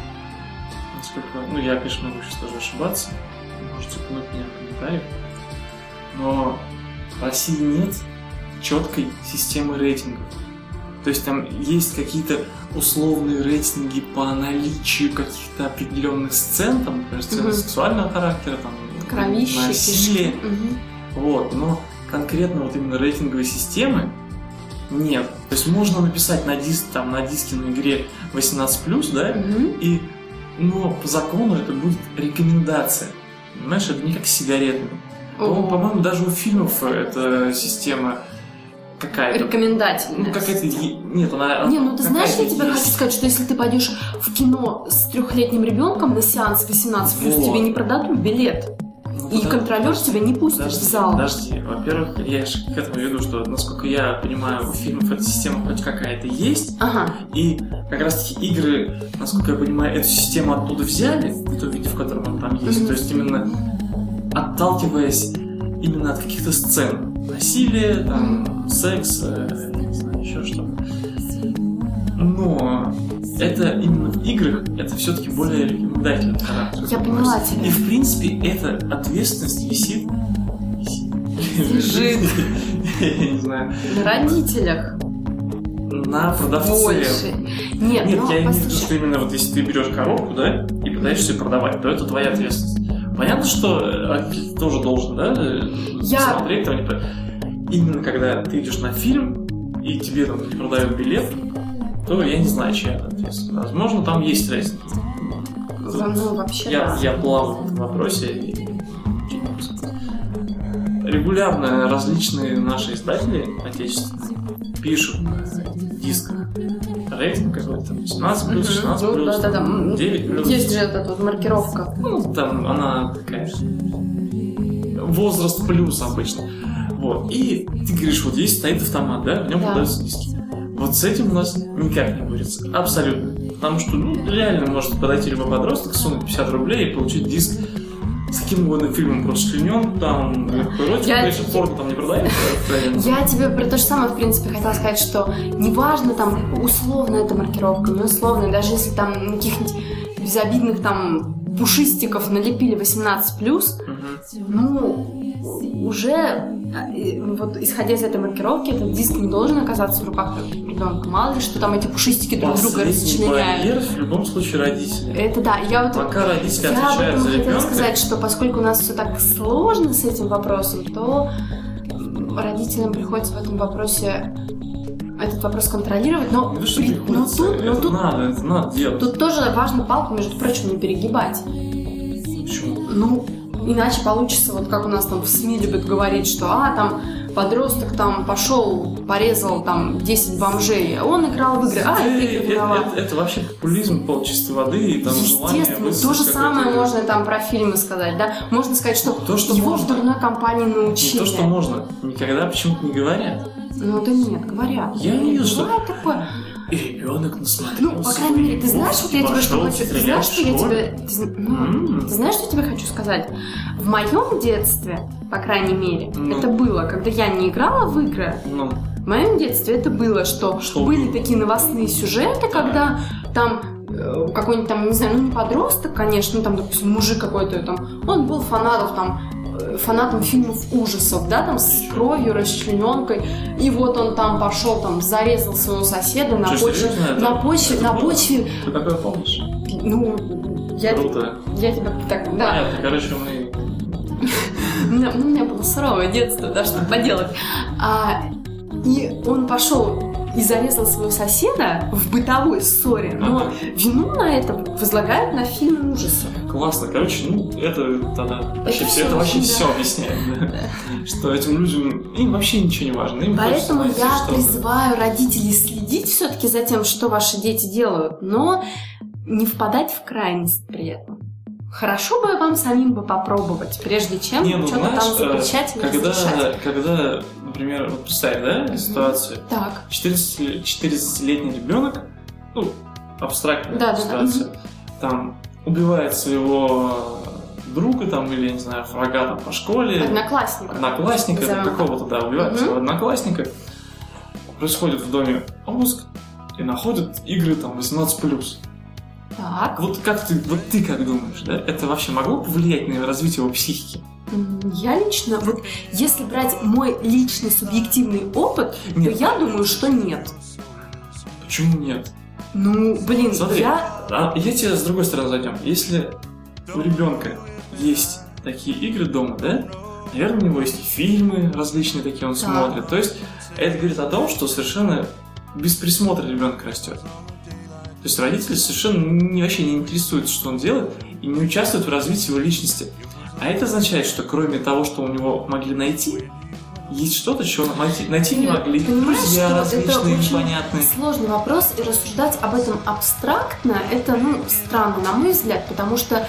я, конечно, могу сейчас тоже ошибаться, можете пнуть меня в комментариях, но в России нет четкой системы рейтингов. То есть там есть какие-то условные рейтинги по наличию каких-то определенных сцен, там, например, сцены сексуального характера, там, кровище, насилие. Вот, но конкретно вот именно рейтинговой системы нет. То есть можно написать на диске на игре 18+, да, но по закону это будет рекомендация. Понимаешь, это не как с сигаретами. По-моему, даже у фильмов эта система какая-то... Рекомендательная. Ну, какая-то... Нет, она... ты знаешь, я тебе хочу сказать, что если ты пойдешь в кино с 3-летним ребенком на сеанс 18+, тебе не продадут билет. И контролер тебя не пустит в зал. Подожди, во-первых, я же к этому веду, что, насколько я понимаю, у фильмов эта система хоть какая-то есть. И как раз-таки игры, насколько я понимаю, эту систему оттуда взяли, в том виде, в котором она там есть. То есть именно отталкиваясь именно от каких-то сцен. Насилие, там, секс, не знаю, еще что-то. Но это именно в играх, это все-таки более рекомендательный характер. Я поняла тебя. И в принципе эта ответственность висит. Лежит. Я не знаю. На родителях. На продавце. Больше. Нет, я имею в виду, что именно вот если ты берешь коробку, да, и пытаешься ее продавать, то это твоя ответственность. Понятно, что родитель тоже должен, да, смотреть там, именно когда ты идешь на фильм и тебе там не продают билет, то я не знаю, чья это ответственность. Возможно, там есть разница. Вообще, я плаваю в этом вопросе. Регулярно различные наши издатели отечественные пишут на дисках рейтинг какой-то, там 18+, 16+, 9+. Есть же эта вот маркировка. Там она такая... Возраст плюс обычно. Вот. И ты говоришь, вот здесь стоит автомат, да, в нем продаются диски. Вот с этим у нас никак не борется. Абсолютно. Потому что, реально может подойти любой подросток, сунуть 50 рублей и получить диск с каким угодно фильмом расчленен, там, Harrison Ford там не продает. Я тебе про то же самое, в принципе, хотела сказать, что неважно, там, условная эта маркировка, не условная, даже если там каких-нибудь безобидных там пушистиков налепили 18+, уже вот исходя из этой маркировки, этот диск не должен оказаться в руках ребенка. Мало ли, что там эти пушистики друг друга расчленяют. Барьер в любом случае родители. Это да. Пока родители отвечают за ребенка. Я хотела сказать, что поскольку у нас все так сложно с этим вопросом, то родителям приходится в этом вопросе этот вопрос контролировать, но тут надо делать. Тут тоже важно палку, между прочим, не перегибать. Почему? Иначе получится, вот как у нас там в СМИ любят говорить, что там подросток там пошел, порезал там 10 бомжей, а он играл в игры, и ты виноват. Это вообще популизм чистой воды и там желание. Естественно, то же самое можно там про фильмы сказать, да? Можно сказать, что его в дурной компании научили. Не то, что можно, никогда почему-то не говорят. Да нет, говорят. Я не вижу, что... Такое. И ребенок насмотрелся. Ну, по крайней мере, ты знаешь, вот я тебе что хочу... Ты знаешь, что я тебе... Ты знаешь, что я тебе хочу сказать? В моем детстве, по крайней мере, это было, когда я не играла в игры. В моем детстве это было, что были такие новостные сюжеты, когда там какой-нибудь там, не знаю, ну не подросток, конечно, ну там, допустим, мужик какой-то там, он был фанатом фильмов ужасов, да, там с кровью, расчлененкой, и вот он там пошел, там, зарезал своего соседа на почве... Ты такое помнишь? Ну, я тебя так, да. Понятно, короче, мы... У меня было суровое детство, да, что поделать. И он пошел и зарезал своего соседа в бытовой ссоре, но вину на это возлагают на фильмы ужасов. Классно, короче, это тогда вообще все объясняет, да? Что этим людям им вообще ничего не важно. Им поэтому я призываю родителей следить все-таки за тем, что ваши дети делают, но не впадать в крайность при этом. Хорошо бы вам самим бы попробовать, прежде чем что-то там запрещать или разрешать. Когда, например, вот представь, да, ситуацию. Так. 14-летний ребенок, ну, абстрактная ситуация, там убивает своего друга там, или, я не знаю, врага там по школе. Одноклассника какого-то, да, убивает своего одноклассника. Происходит в доме обыск и находят игры там 18+. Так. Вот ты как думаешь, да? Это вообще могло повлиять на развитие его психики? Я лично, вот если брать мой личный субъективный опыт, то я думаю, что нет. Почему нет? Ну, блин, смотри, я тебе с другой стороны зайдем. Если у ребенка есть такие игры дома, да? Наверное, у него есть фильмы различные такие, он смотрит. То есть это говорит о том, что совершенно без присмотра ребенок растет. То есть родители совершенно вообще не интересуются, что он делает, и не участвуют в развитии его личности. А это означает, что кроме того, что у него могли найти, есть что-то, чего найти не могли. Друзья различные, непонятные. Сложный вопрос, и рассуждать об этом абстрактно, это, странно, на мой взгляд, потому что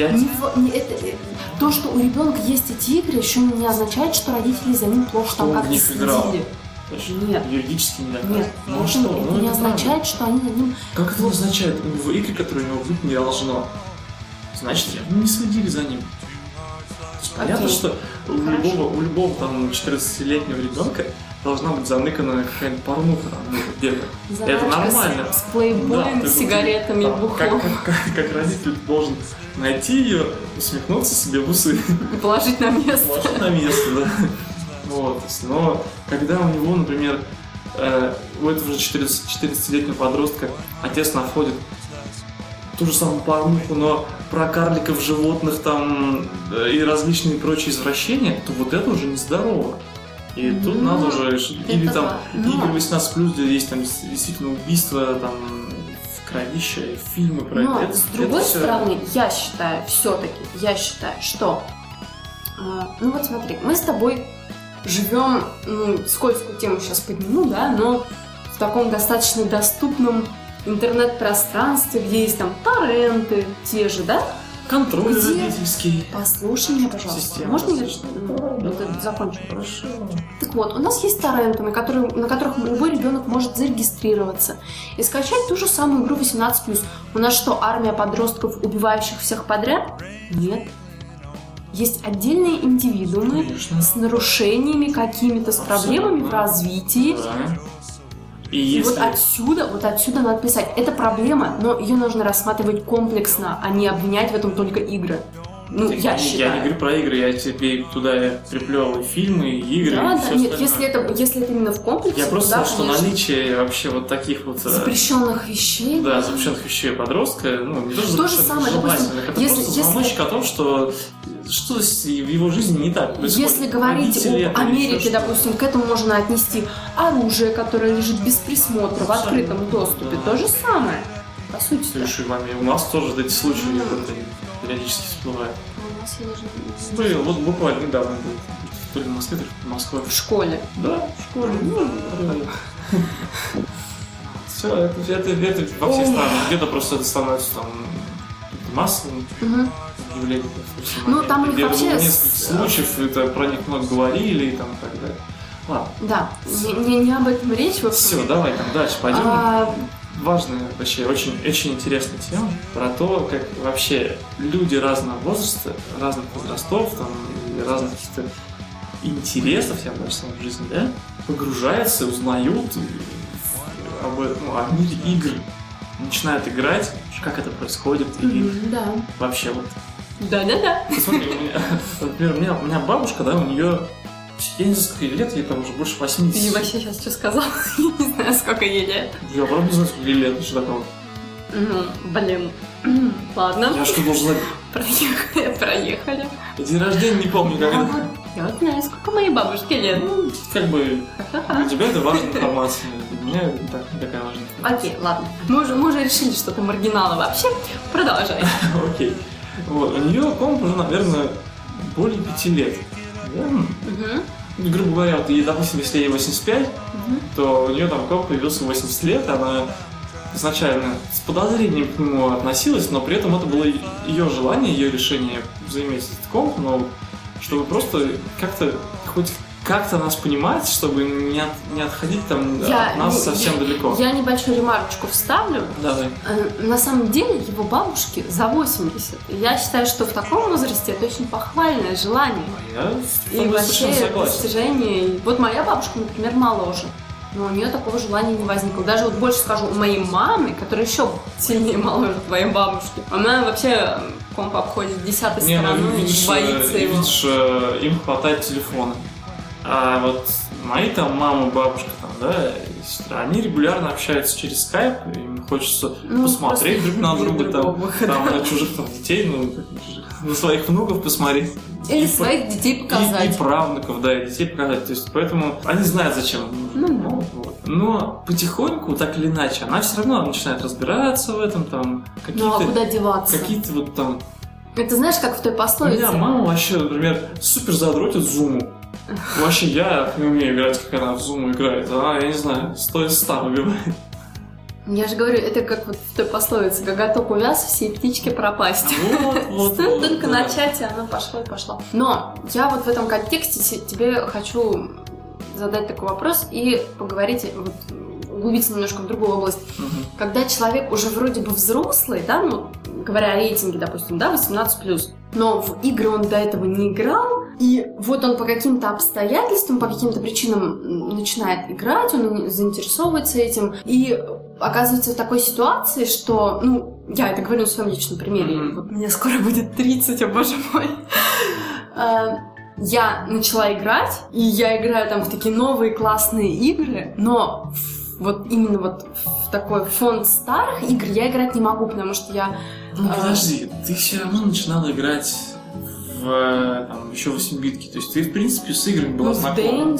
то, что у ребенка есть эти игры, еще не означает, что родители за ним плохо там как-то следили. Нет. Юридически не доказано. Нет, это не означает, что они за ним... Как это означает? В игре, которые у него быть не должно. Значит, не следили за ним. Понятно, что у любого там 14-летнего ребенка должна быть заныкана какая-нибудь порнуха там где-то. Это нормально. С плейбоем, с сигаретами, бухлом. Как родитель должен найти ее, усмехнуться себе в усы. И положить на место. Положить на место, да. Вот. Но когда у него, например, у этого же 14-летнего подростка отец находит ту же самую порнуху, но про карликов, животных там и различные прочие извращения, то вот это уже нездорово. И тут надо уже... Или там игры 18+, где есть там действительно убийства, там кровища, фильмы про это. Но с другой стороны, я считаю, что... вот смотри, мы с тобой живем, скользкую тему сейчас подниму, да, но в таком достаточно доступном интернет-пространстве, где есть там торренты, те же, да? Контроль родительский. Послушай меня, пожалуйста. Можно я закончу? Хорошо. Так вот, у нас есть торренты, на которых любой ребенок может зарегистрироваться и скачать ту же самую игру 18+. У нас что, армия подростков, убивающих всех подряд? Нет. Есть отдельные индивидуумы, конечно, с нарушениями какими-то, с проблемами в развитии. Да. И вот отсюда надо писать. Это проблема, но ее нужно рассматривать комплексно, а не обвинять в этом только игры. Я считаю. Я не говорю про игры, я тебе туда приплел и фильмы, и игры, и все нет, если это именно в комплексе. Я просто сказал, что наличие вообще вот таких вот запрещенных вещей. Да, запрещенных вещей подростка, не то же самое, желательных. Это просто звоночек о том, что что-то в его жизни не так происходит. Если говорить об Америке, допустим, к этому можно отнести оружие, которое лежит без присмотра в открытом доступе. То же самое. По сути. Слушай, у нас тоже эти случаи периодически всплывают. У нас я даже не знаю. Вот буквально недавно был. То ли в Москве, то ли в Москве. В школе? Да, в школе. Все, это во всех странах. Где-то просто это становится там массовым явлением. Там их вообще... Несколько случаев, это про них много говорили и там и так далее. Ладно. Да, не об этом речь. Все, давай там дальше пойдем. Важная, вообще, очень, очень интересная тема про то, как вообще люди разного возраста, разных возрастов, там, и разных каких-то интересов, я бы даже сказал, в жизни, да, погружаются, узнают о мире игр, начинают играть, как это происходит, и вообще вот. Да-да-да. Посмотри, например, у меня бабушка, да, у нее, я не знаю, сколько ей лет, ей там уже больше 80. Ты вообще сейчас что сказал? Я не знаю, сколько ей лет. Я правда не знаю, сколько ей лет, что такого. Ну, блин. Ладно. Я что должен знать? Проехали. День рождения не помню, как это. Я вот знаю, сколько моей бабушке лет. Ну, как бы, для тебя это важная информация, для меня так, не такая важная информация. Окей, ладно. Мы уже решили, что ты маргинал вообще. Продолжай. Окей. Вот, у нее комп уже, наверное, более 5 лет. Верно? Грубо говоря, вот, допустим, если ей 85, то у нее там комп появился в 80 лет, она изначально с подозрением к нему относилась, но при этом это было ее желание, ее решение заиметь этот комп, но чтобы просто как-то хоть как-то нас понимать, чтобы не отходить там от нас совсем далеко. Я небольшую ремарочку вставлю. Давай. На самом деле его бабушке за 80. Я считаю, что в таком возрасте это очень похвальное желание. Я и вообще согласен. Достижение. Вот моя бабушка, например, моложе. Но у нее такого желания не возникло. Даже вот больше скажу, у моей мамы, которая еще сильнее моложе твоей бабушки, она вообще комп обходит 10-й стороной и боится его. Видишь, им хватает телефона. А вот мои там мама, бабушка, там, да, и сестра, они регулярно общаются через скайп, им хочется посмотреть друг на друга, там, на чужих там детей, на своих внуков посмотреть. Или своих детей показать. И правнуков, да, и детей показать. То есть, поэтому они знают, зачем им нужно. Но потихоньку, так или иначе, она все равно начинает разбираться в этом, там, какие-то... Ну, а куда деваться? Какие-то вот там... Это знаешь, как в той пословице? У меня мама вообще, например, супер задротит зуму. Вообще, я не умею играть, как она в зуму играет. Я не знаю, 100 из 100 выбивает. Я же говорю, это как вот в той пословице: коготок увяз, все птички пропасть. Стоит только начать, и оно пошло и пошло. Но я вот в этом контексте тебе хочу задать такой вопрос и поговорить, вот, углубиться немножко в другую область. Когда человек уже вроде бы взрослый, да, ну, говоря о рейтинге, допустим, да, 18+, но в игры он до этого не играл, и вот он по каким-то обстоятельствам, по каким-то причинам начинает играть, он заинтересовывается этим, и оказывается в такой ситуации, что, ну, я это говорю на своем личном примере, вот мне скоро будет 30, о боже мой. Я начала играть, и я играю там в такие новые классные игры, но вот именно вот в такой фонд старых игр я играть не могу, потому что я... Ну, подожди, ты все равно начинала играть в еще 8-битки, то есть ты, в принципе, с играми была знакома. В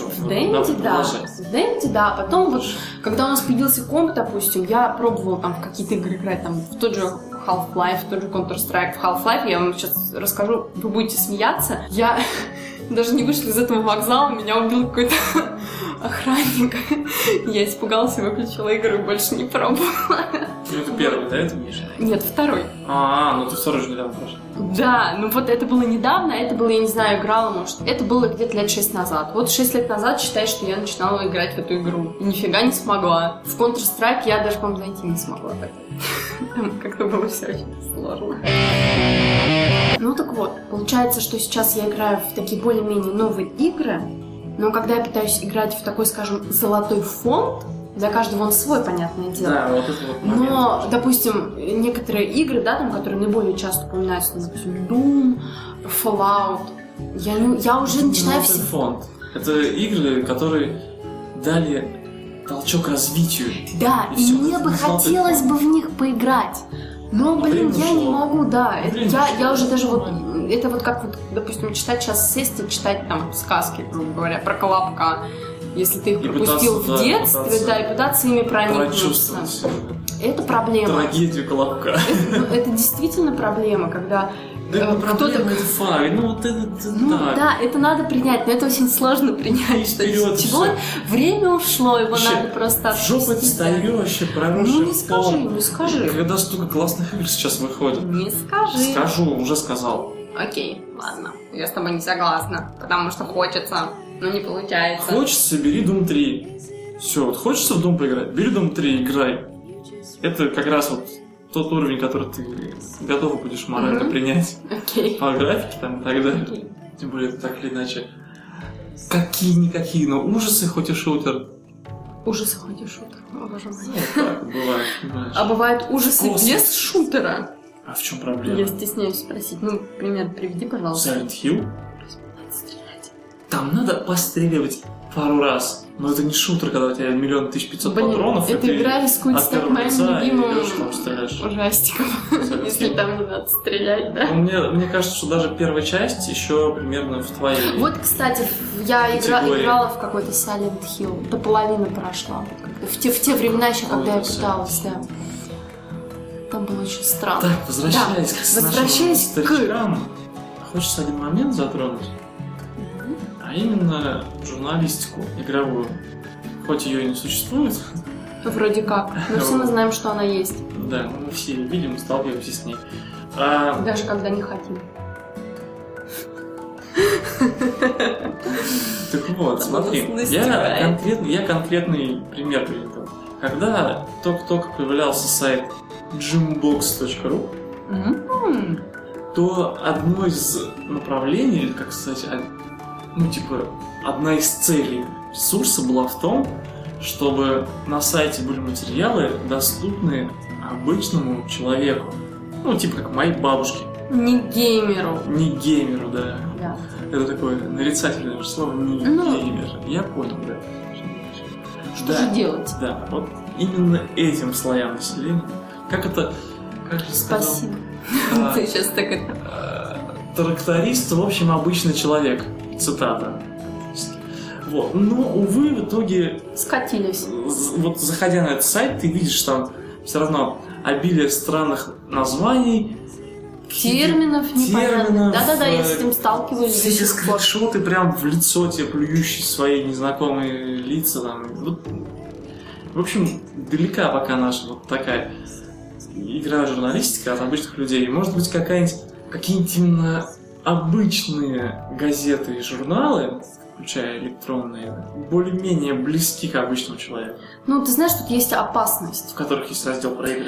Денди, да. Потом вот, когда у нас появился комп, допустим, я пробовала там в какие-то игры играть, там, в тот же Half-Life, в тот же Counter-Strike. В Half-Life я вам сейчас расскажу, вы будете смеяться. Я даже не вышла из этого вокзала, меня убил какой-то охранник. Я испугалась и выключила игру и больше не пробовала. Ну, это первый, да, это Миша? Нет, второй. Ну ты второй же недавно прошел. Да, ну вот это было недавно, это было, я не знаю, играла, может, это было где-то лет 6 назад. Вот 6 лет назад, считай, что я начинала играть в эту игру. И нифига не смогла. В Counter-Strike я даже, по-моему, зайти не смогла. Как-то было все очень сложно. Ну так вот, получается, что сейчас я играю в такие более-менее новые игры, но когда я пытаюсь играть в такой, скажем, золотой фонд, для каждого он свой, понятное дело. Да, вот это вот момент. Но, допустим, некоторые игры, да, там, которые наиболее часто упоминаются, допустим, Doom, Fallout, я уже начинаю все... фонд. Это игры, которые дали толчок развитию. Да, и мне бы хотелось бы в них поиграть. Но, блин, я не могу, да. Я уже даже вот... Это вот как, вот, допустим, читать сейчас, сесть и читать там сказки, грубо говоря, про Колобка. Если ты их пропустил в детстве, да, и пытаться ими проникнуться. Это проблема. Трагедию Колобка. Это действительно проблема, когда кто-то... Это факт, да, это надо принять, но это очень сложно принять, что чего время ушло, его надо просто отпустить. Жопа отстаёшь, проросший не скажи. Когда столько классных игр сейчас выходит. Не скажи. Скажу, уже сказал. Окей, ладно, я с тобой не согласна, потому что хочется. но не получается. Хочется, бери Doom 3. Все, вот хочется в Doom поиграть, бери Doom 3, играй. Это как раз вот тот уровень, который ты готова будешь морально принять. Окей. По графике там и так далее. Окей. Тем более, это так или иначе. Какие-никакие, но ужасы, хоть и шутер. Ужасы хоть и шутер. О, боже мой. Вот так бывает, понимаешь. А бывают ужасы Космос. без шутера? А в чем проблема? Я стесняюсь спросить. Ну, пример приведи, пожалуйста. Silent Hill? Надо стрелять. Там надо постреливать пару раз. Но это не шутер, когда у тебя 1 500 000 патронов. эта и игра ты рискует от стать первого моим лица любимым идёшь, там стреляешь. ужастиком, Silent если Hill. там не надо стрелять, да? Ну, мне кажется, что даже первая часть еще примерно в твоей... Вот, кстати, я категории. играла в какой-то Silent Hill, до половины прошла. Вот как-то в те времена еще, когда я Какой-то пыталась, да. Там было очень странно. Так, возвращаясь к возвращаясь нашим старичкам, хочется один момент затронуть. А именно журналистику игровую. Хоть ее и не существует, Вроде как. Но все мы знаем, что она есть. да, мы все ее видим, сталкиваемся с ней. А, Даже когда не хотим. так вот, смотри, я конкретный пример приведу. Когда только появлялся сайт gymbox.ru, то одно из направлений, или, как сказать, одна из целей ресурса была в том, чтобы на сайте были материалы, доступные обычному человеку. Ну, типа как моей бабушке. Не геймеру. Не геймеру, да. Да. Это такое нарицательное же слово, не геймер. Я понял, да. Что же делать? Да, вот именно этим слоям населения. Как же сказал? Спасибо. Ты сейчас так это... Тракторист, в общем, обычный человек. Цитата. Вот. Но, увы, в итоге... Скатились. Вот заходя на этот сайт, ты видишь там все равно обилие странных названий, Терминов непонятных. Да-да-да, я с этим сталкиваюсь. Все эти скриншоты прям в лицо тебе плюющие свои незнакомые лица. Там. Вот. В общем, далека пока наша вот такая игра журналистика от обычных людей. Может быть, какие-нибудь именно обычные газеты и журналы, включая электронные, более-менее близки к обычному человеку. Ну, ты знаешь, тут есть опасность. В которых есть раздел про игры.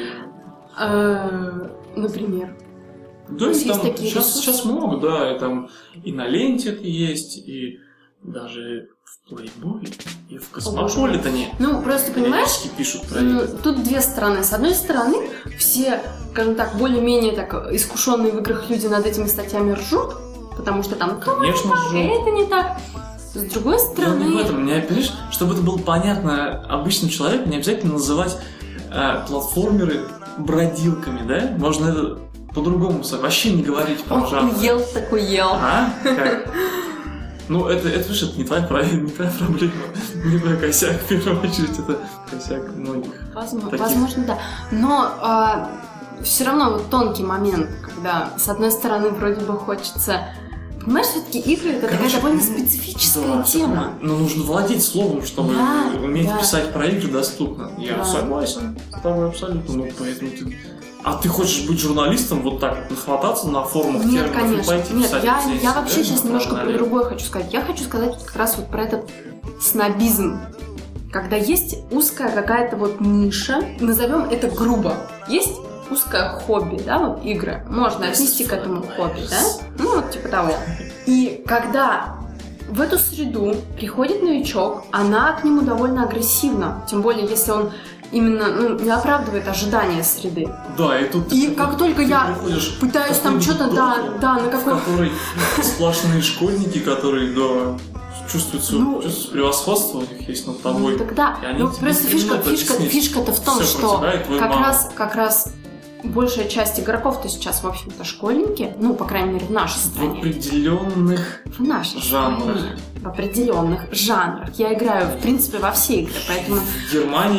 Например. Да, и там сейчас много, да, и там и на ленте это есть, и даже в Playboy, и в Космополитене. Ну, просто понимаешь, пишут про игры. Тут две стороны. С одной стороны, все, скажем так, более-менее так искушенные в играх люди над этими статьями ржут, потому что там конечно ржут. Это не так. С другой стороны... Но не в этом. Мне, понимаешь, чтобы это было понятно обычному человеку, не обязательно называть платформеры бродилками, да? Можно это по-другому вообще не говорить про жанр. Ел такой ел. А? Как? Ну, это не твоя проблема, не твой косяк, в первую очередь, это косяк многих. Возможно, да. Но все равно вот тонкий момент, когда, с одной стороны, вроде бы хочется... Понимаешь, все-таки игры — это такая довольно специфическая тема. Но нужно владеть словом, чтобы уметь писать про игры доступно. Я согласен с тобой абсолютно. Ну, поэтому ты... А ты хочешь быть журналистом, вот так вот нахвататься на форумах терминов и пойти писать? Нет, я вообще сейчас немножко про другое хочу сказать. Я хочу сказать как раз вот про этот снобизм. Когда есть узкая какая-то вот ниша, назовем это грубо. Есть узкое хобби, да, вот игры. Можно отнести к этому хобби, да? Ну, вот типа того. И когда в эту среду приходит новичок, она к нему довольно агрессивна. Тем более, если он именно не оправдывает ожидания среды. Да, и тут как только я пытаюсь там что-то, на какой... В которой сплошные школьники, которые, чувствуют превосходство, у них есть над тобой. Ну тогда, просто фишка-то в том, что как раз большая часть игроков-то сейчас, в общем-то, школьники, ну, по крайней мере, в нашей стране. В определенных жанрах. В определенных жанрах. Я играю, в принципе, во все игры, поэтому... В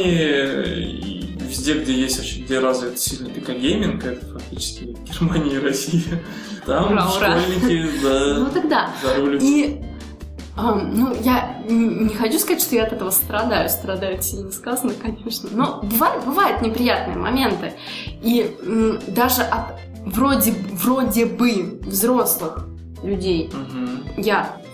Германии, везде, где развит сильный ПК-гейминг, это фактически Германия и Россия, там школьники, да. Ну, тогда. И... я не хочу сказать, что я от этого страдаю. Страдаю сильно сказано, конечно. Но бывают неприятные моменты. И даже от вроде бы взрослых людей я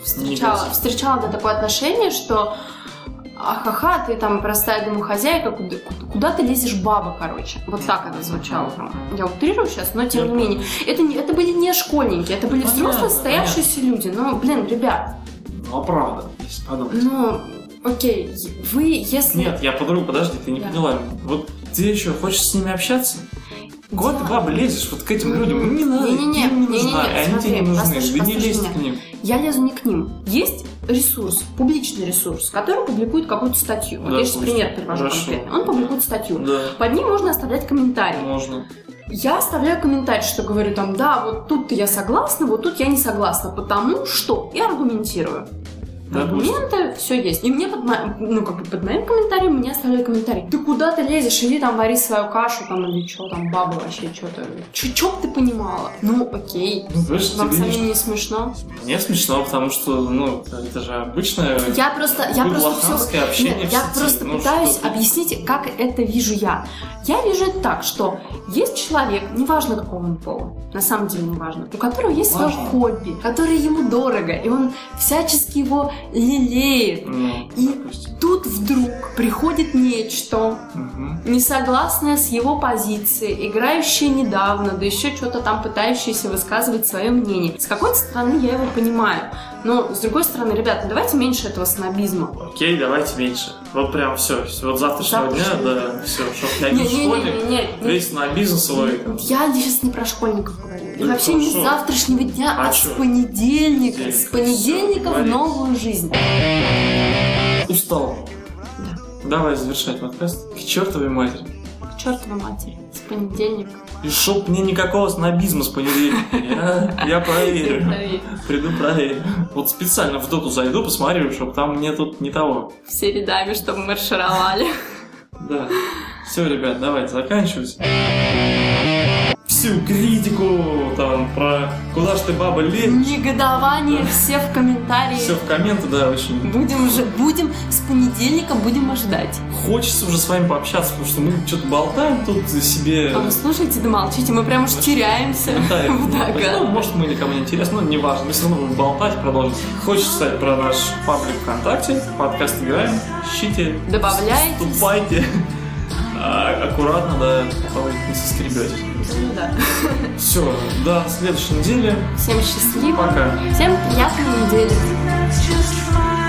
встречала такое отношение, что ахаха, ты там простая домохозяйка, куда ты лезешь, баба, короче. Вот так это звучало. Я утрирую сейчас, но тем не менее. Это были не школьники, это были взрослые, состоявшиеся люди. Ну, блин, ребят. Ну, а правда, если подумать. Ну, окей, вы, если... Нет, я по-другому, подожди, ты не поняла. Вот ты еще хочешь с ними общаться? Куда ты, баба, лезешь вот к этим людям? Не надо, им не нужна, они тебе не нужны. Да не лезь к ним. Я лезу не к ним. Есть ресурс, публичный ресурс, который публикует какую-то статью. Вот я сейчас пример привожу конкретно. Он публикует статью. Да. Под ним можно оставлять комментарии. Можно. Я оставляю комментарий, что говорю там, да, вот тут я согласна, вот тут я не согласна, потому что я аргументирую. Аргументы, все есть. И мне под моим комментарием мне оставляют комментарий. Ты куда ты лезешь? Иди там вари свою кашу там или что там, баба вообще что-то. Чё б ты понимала? Ну, окей. Вам самим не смешно? Мне смешно, потому что, это же обычное Я просто общение. Я просто пытаюсь объяснить, как это вижу я. Я вижу это так, что есть человек, неважно какого он пола, на самом деле неважно, у которого есть свое хобби, которое ему дорого, и он всячески его лелеет. Тут вдруг приходит нечто, несогласное с его позицией, играющее недавно, да еще что-то там пытающееся высказывать свое мнение. С какой-то стороны я его понимаю, но с другой стороны, ребята, давайте меньше этого снобизма. Окей, давайте меньше. Вот прям все. Вот завтрашнего дня, да, все, чтоб я не школьник, весь снобизм свой. Я сейчас не про школьников говорю. И вообще не с завтрашнего дня, а с понедельника. С понедельника в новую жизнь. Устал. Да. Давай завершать подкаст. К чертовой матери. К чертовой матери. С понедельника. И чтоб мне никакого снобизма с понедельника. Я проверю. Приду проверю. Вот специально в доту зайду, посмотрю, чтобы там мне тут не того. Все рядами, чтобы маршировали. Да. Все, ребят, давайте заканчивать. Всю критику там про куда ж ты, баба, лезешь. Негодование все в комментарии. Все в комменты, да, очень. Будем с понедельника будем ждать. Хочется уже с вами пообщаться, потому что мы что-то болтаем тут себе. А вы слушайте, да молчите, мы прям уж теряемся. Может, мы никому не интересно, но неважно, мы все равно будем болтать, продолжим. Хочется сказать про наш паблик ВКонтакте, подкаст «Играем», ищите, добавляйте, вступайте. Аккуратно, да, потом не соскребете. Ну да. Все, до следующей недели. Всем счастливо. Пока. Всем приятной недели.